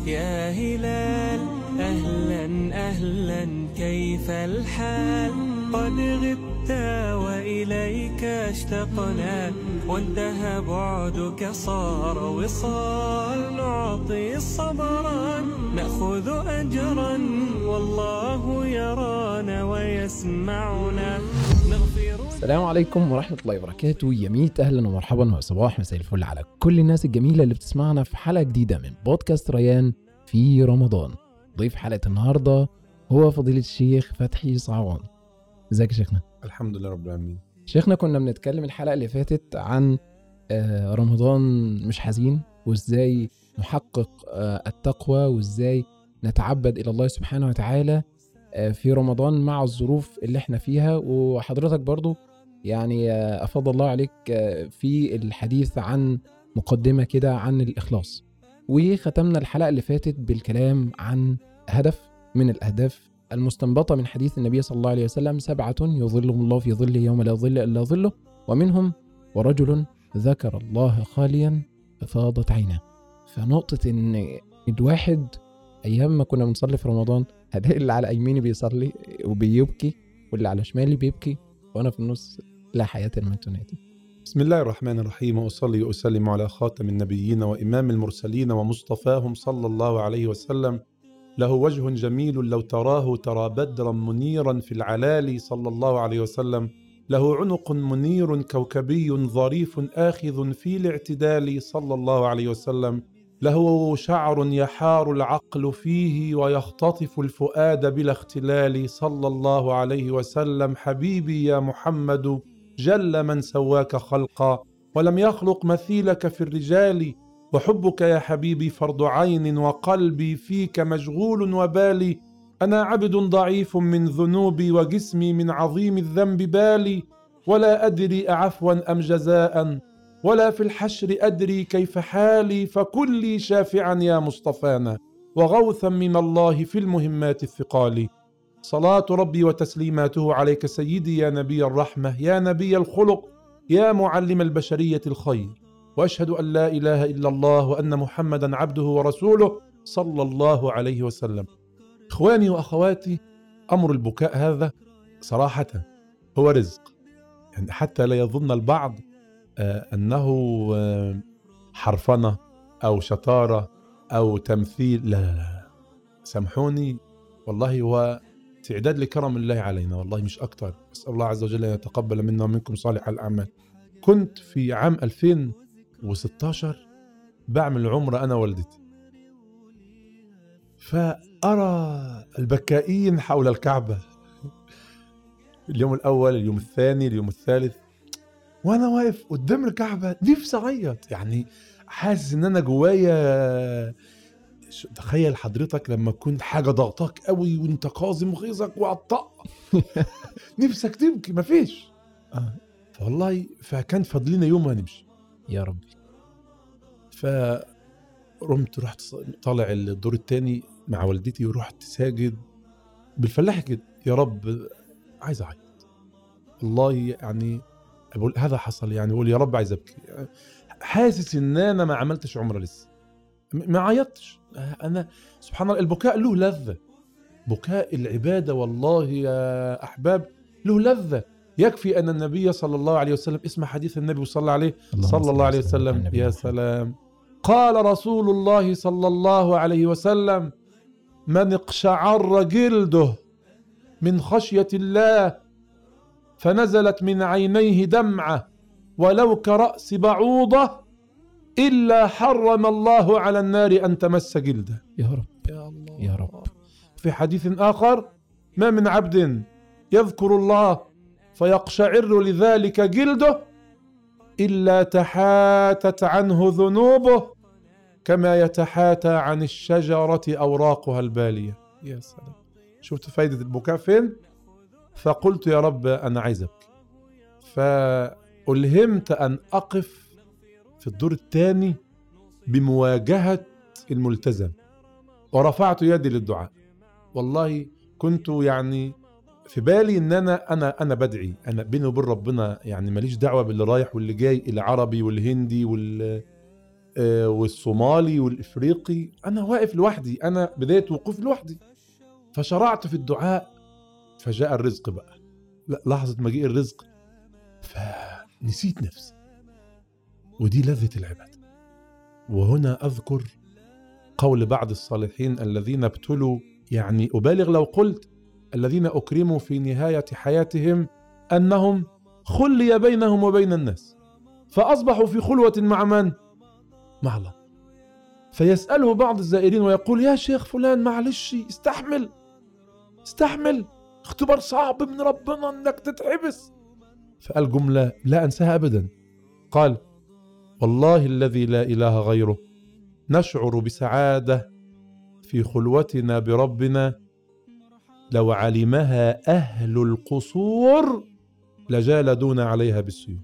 يا هلال أهلا أهلا كيف الحال؟ قد غبت وإليك اشتقنا، وانتهى بعدك صار وصال. نعطي صبرا نأخذ أجرا، والله يرانا ويسمعنا. السلام عليكم ورحمة الله وبركاته. يميت أهلا ومرحبا وصباح مساء الفل على كل الناس الجميلة اللي بتسمعنا في حلقة جديدة من بودكاست ريان في رمضان. ضيف حلقة النهاردة هو فضيلة الشيخ فتحي صعوان. ازيك يا شيخنا؟ الحمد لله رب العالمين. شيخنا، كنا بنتكلم الحلقة اللي فاتت عن رمضان مش حزين، وازاي نحقق التقوى، وازاي نتعبد إلى الله سبحانه وتعالى في رمضان مع الظروف اللي احنا فيها. وحضرتك برضو يعني أفضل الله عليك في الحديث عن مقدمة كده عن الإخلاص. وختمنا الحلقة اللي فاتت بالكلام عن هدف من الأهداف المستنبطة من حديث النبي صلى الله عليه وسلم: 7 يظلهم الله في ظله يوم لا ظل إلا ظله، ومنهم ورجل ذكر الله خاليا ففاضت عيناه. فنقطة إن الواحد أيام ما كنا بنصلي في رمضان، هذا اللي على يميني بيصلي وبيبكي، واللي على شمالي بيبكي، وأنا في النص لا حياة لمن تنادي. بسم الله الرحمن الرحيم، وأصلي وأسلم على خاتم النبيين وإمام المرسلين ومصطفاهم صلى الله عليه وسلم. له وجه جميل لو تراه ترى بدرا منيرا في العلالي صلى الله عليه وسلم. له عنق منير كوكبي ظريف آخذ في الاعتدال صلى الله عليه وسلم. له شعر يحار العقل فيه ويختطف الفؤاد بلا اختلال صلى الله عليه وسلم. حبيبي يا محمد جل من سواك خلقا، ولم يخلق مثيلك في الرجال. وحبك يا حبيبي فرض عين، وقلبي فيك مشغول وبالي. أنا عبد ضعيف من ذنوبي، وجسمي من عظيم الذنب بالي. ولا أدري أعفوا أم جزاء، ولا في الحشر أدري كيف حالي. فكن لي شافعا يا مصطفانا، وغوثا من الله في المهمات الثقال. صلاة ربي وتسليماته عليك سيدي يا نبي الرحمة، يا نبي الخلق، يا معلم البشرية الخير. وأشهد أن لا إله إلا الله، وأن محمدا عبده ورسوله صلى الله عليه وسلم. إخواني وأخواتي، أمر البكاء هذا صراحة هو رزق، يعني حتى لا يظن البعض أنه حرفنة أو شطارة أو تمثيل. لا، سامحوني، والله هو تعداد لكرم الله علينا، والله مش أكتر. أسأل الله عز وجل أن يتقبل منا ومنكم صالح الأعمال. كنت في عام 2016 بعمل عمرة أنا والدتي، فأرى البكائين حول الكعبة، اليوم الأول، اليوم الثاني، اليوم الثالث، وانا واقف قدام الكعبة نفسي اعيط، يعني حاسس ان انا جوايا. تخيل حضرتك لما تكون حاجة ضغطاك قوي وانت قازم غيظك وعطاء نفسك تبكي، مفيش. فوالله فكان فضلنا يوم ما نمشي يا رب. رحت طالع الدور الثاني مع والدتي، ورحت ساجد بالفلاح كده: يا رب عايز اعيط، والله يعني أقول هذا حصل، يعني أقول يا رب عايز أبكي، حاسس إن أنا ما عملتش عمرة لسه، ما عيطتش. أنا سبحان الله، البكاء له لذة، بكاء العبادة والله يا أحباب له لذة. يكفي أن النبي صلى الله عليه وسلم، اسمع حديث النبي صلى الله عليه وسلم، يا سلام، قال رسول الله صلى الله عليه وسلم: من اقشعر جلده من خشية الله فنزلت من عينيه دمعة ولو كرأس بعوضة إلا حرم الله على النار أن تمس جلده. يا رب يا الله يا رب. في حديث آخر: ما من عبد يذكر الله فيقشعر لذلك جلده إلا تحاتت عنه ذنوبه كما يتحاتى عن الشجرة أوراقها البالية. يا سلام، شفت فايدة البكاء فين؟ فقلت يا رب أنا عايز أبكي، فألهمت أن أقف في الدور الثاني بمواجهة الملتزم، ورفعت يدي للدعاء. والله كنت يعني في بالي ان انا بدعي، انا بيني وبين ربنا، يعني ماليش دعوه باللي رايح واللي جاي، العربي والهندي والصومالي والإفريقي، أنا واقف لوحدي، أنا بداية وقوف لوحدي. فشرعت في الدعاء، فجاء الرزق بقى، لحظة مجيء الرزق فنسيت نفسي، ودي لذة العبادة. وهنا أذكر قول بعض الصالحين الذين ابتلوا، يعني أبالغ لو قلت الذين أكرموا في نهاية حياتهم أنهم خلي بينهم وبين الناس، فأصبحوا في خلوة مع من؟ مع الله. فيسأله بعض الزائرين ويقول يا شيخ فلان معلش استحمل، اختبار صعب من ربنا انك تتحبس. فقال جملة لا أنساها أبدا، قال والله الذي لا إله غيره نشعر بسعادة في خلوتنا بربنا لو علمها أهل القصور لجالدون عليها بالسيوف.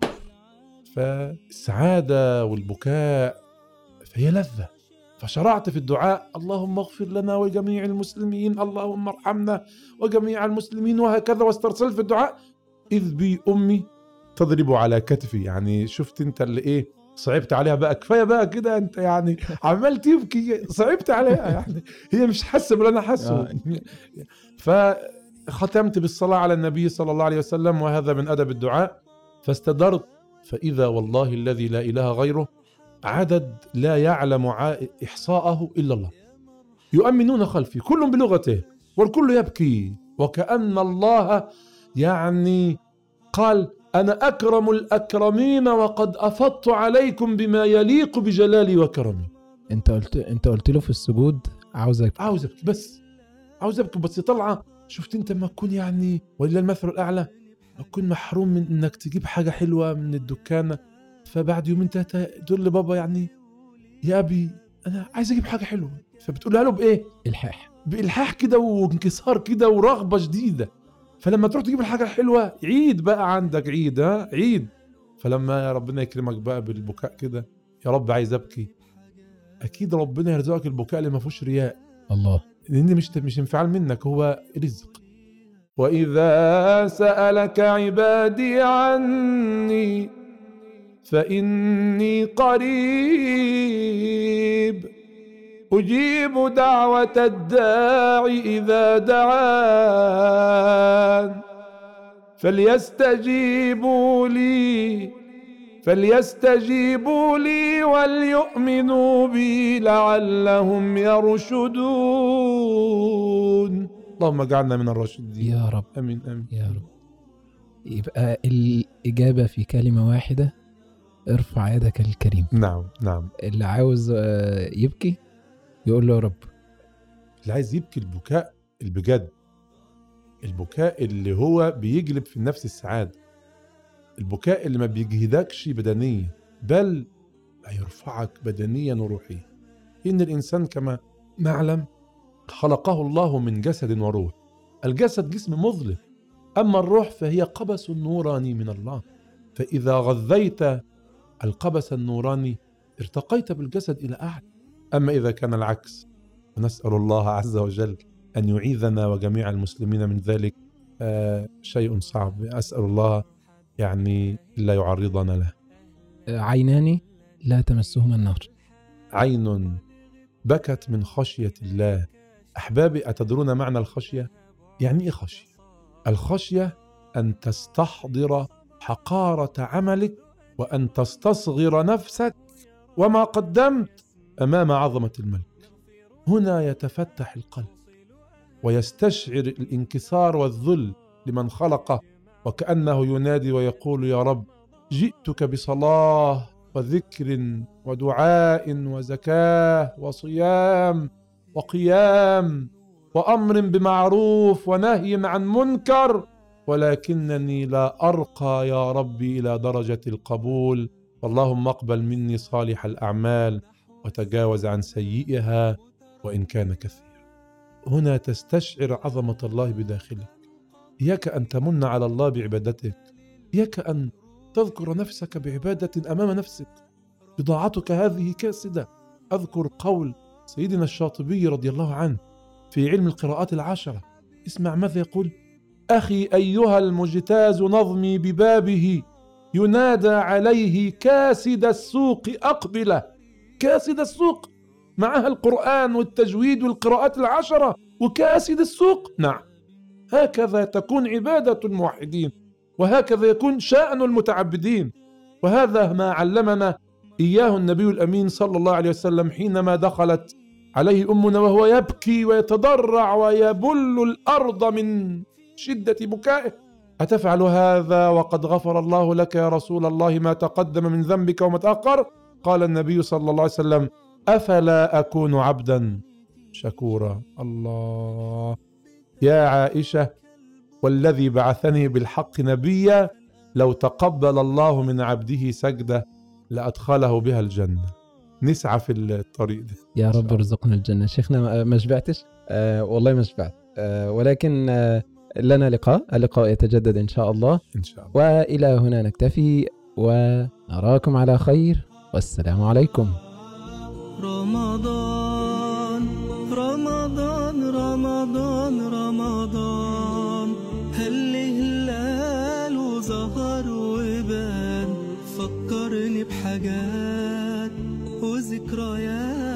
فالسعادة والبكاء فهي لذة. فشرعت في الدعاء اللهم اغفر لنا ولجميع المسلمين، اللهم ارحمنا وجميع المسلمين، وهكذا. واسترسلت في الدعاء إذ بي أمي تضرب على كتفي. يعني شفت انت اللي ايه، صعبت عليها بقى، كفاية بقى كده انت، يعني عمال تبكي، صعبت عليها، يعني هي مش حاسة باللي انا حاسه. فختمت بالصلاة على النبي صلى الله عليه وسلم، وهذا من أدب الدعاء. فاستدرت فإذا والله الذي لا إله غيره عدد لا يعلم إحصاءه إلا الله، يؤمنون خلفي كل بلغته والكل يبكي، وكأن الله يعني قال أنا أكرم الأكرمين وقد أفضت عليكم بما يليق بجلالي وكرمي. انت قلت له في السجود عاوز أبكي بس طلعة. شفت انت ما تكون يعني ولله المثل الأعلى، ما تكون محروم من انك تجيب حاجة حلوة من الدكانة، فبعد يومين ثلاثة تقول لبابا يعني يا أبي أنا عايز أجيب حاجة حلوة، فبتقولها له بإيه؟ بإلحاح كده وانكسار كده ورغبة شديدة. فلما تروح تجيب الحاجة الحلوة عيد بقى عندك، عيد. فلما ربنا يكرمك بقى بالبكاء كده، يا رب عايز أبكي، أكيد ربنا يرزقك البكاء اللي ما فيهوش رياء، الله، لأن مش انفعال منك، هو رزق. وإذا سألك عبادي عني فإني قريب أجيب دعوة الداع إذا دعان فليستجيبوا لي وليؤمنوا بي لعلهم يرشدون. اللهم اجعلنا من الراشدين يا رب، امين يا رب. يبقى الإجابة في كلمة واحدة، ارفع يدك الكريم. نعم. اللي عاوز يبكي يقول له يا رب. اللي عايز يبكي البكاء البجد، البكاء اللي هو بيجلب في النفس السعادة، البكاء اللي ما بيجهدكش بدنيا بل هيرفعك بدنيا وروحيا. إن الإنسان كما نعلم خلقه الله من جسد وروح، الجسد جسم مظلم، أما الروح فهي قبس نوراني من الله، فإذا غذيت القبس النوراني ارتقيت بالجسد إلى أعلى. أما إذا كان العكس، ونسأل الله عز وجل أن يعيذنا وجميع المسلمين من ذلك، شيء صعب، أسأل الله يعني لا يعرضنا له. عينان لا تمسهما النار، عين بكت من خشية الله. أحبابي، أتدرون معنى الخشية؟ يعني إيه خشية؟ الخشية أن تستحضر حقارة عملك وأن تستصغر نفسك وما قدمت أمام عظمة الملك. هنا يتفتح القلب ويستشعر الانكسار والذل لمن خلقه، وكأنه ينادي ويقول يا رب جئتك بصلاة وذكر ودعاء وزكاة وصيام وقيام وأمر بمعروف ونهي عن منكر، ولكنني لا أرقى يا ربي إلى درجة القبول، واللهم اقبل مني صالح الأعمال وتجاوز عن سيئها وإن كان كثير. هنا تستشعر عظمة الله بداخلك. إياك أن تمن على الله بعبادتك، إياك أن تذكر نفسك بعبادة أمام نفسك، بضاعتك هذه كاسدة. أذكر قول سيدنا الشاطبي رضي الله عنه في علم القراءات العشرة، اسمع ماذا يقول: أخي أيها المجتاز نظمي ببابه ينادى عليه كاسد السوق أقبله، كاسد السوق، معها القرآن والتجويد والقراءات العشرة وكاسد السوق. نعم، هكذا تكون عبادة الموحدين، وهكذا يكون شأن المتعبدين. وهذا ما علمنا إياه النبي الأمين صلى الله عليه وسلم حينما دخلت عليه أمنا وهو يبكي ويتضرع ويبل الأرض من شدة بكائه: أتفعل هذا وقد غفر الله لك يا رسول الله ما تقدم من ذنبك وما تأخر؟ قال النبي صلى الله عليه وسلم: أفلا أكون عبدا شكورا. الله. يا عائشة، والذي بعثني بالحق نبيا، لو تقبل الله من عبده سجدة لأدخله بها الجنة. نسعى في الطريق ده يا رب ارزقنا الجنة. شيخنا ما شبعتش؟ والله ما شبعت، ولكن لنا اللقاء يتجدد إن شاء الله. إن شاء الله. وإلى هنا نكتفي، ونراكم على خير، والسلام عليكم. رمضان رمضان رمضان رمضان، هل هلاله ظهر وبان، فكرني بحاجات وذكريات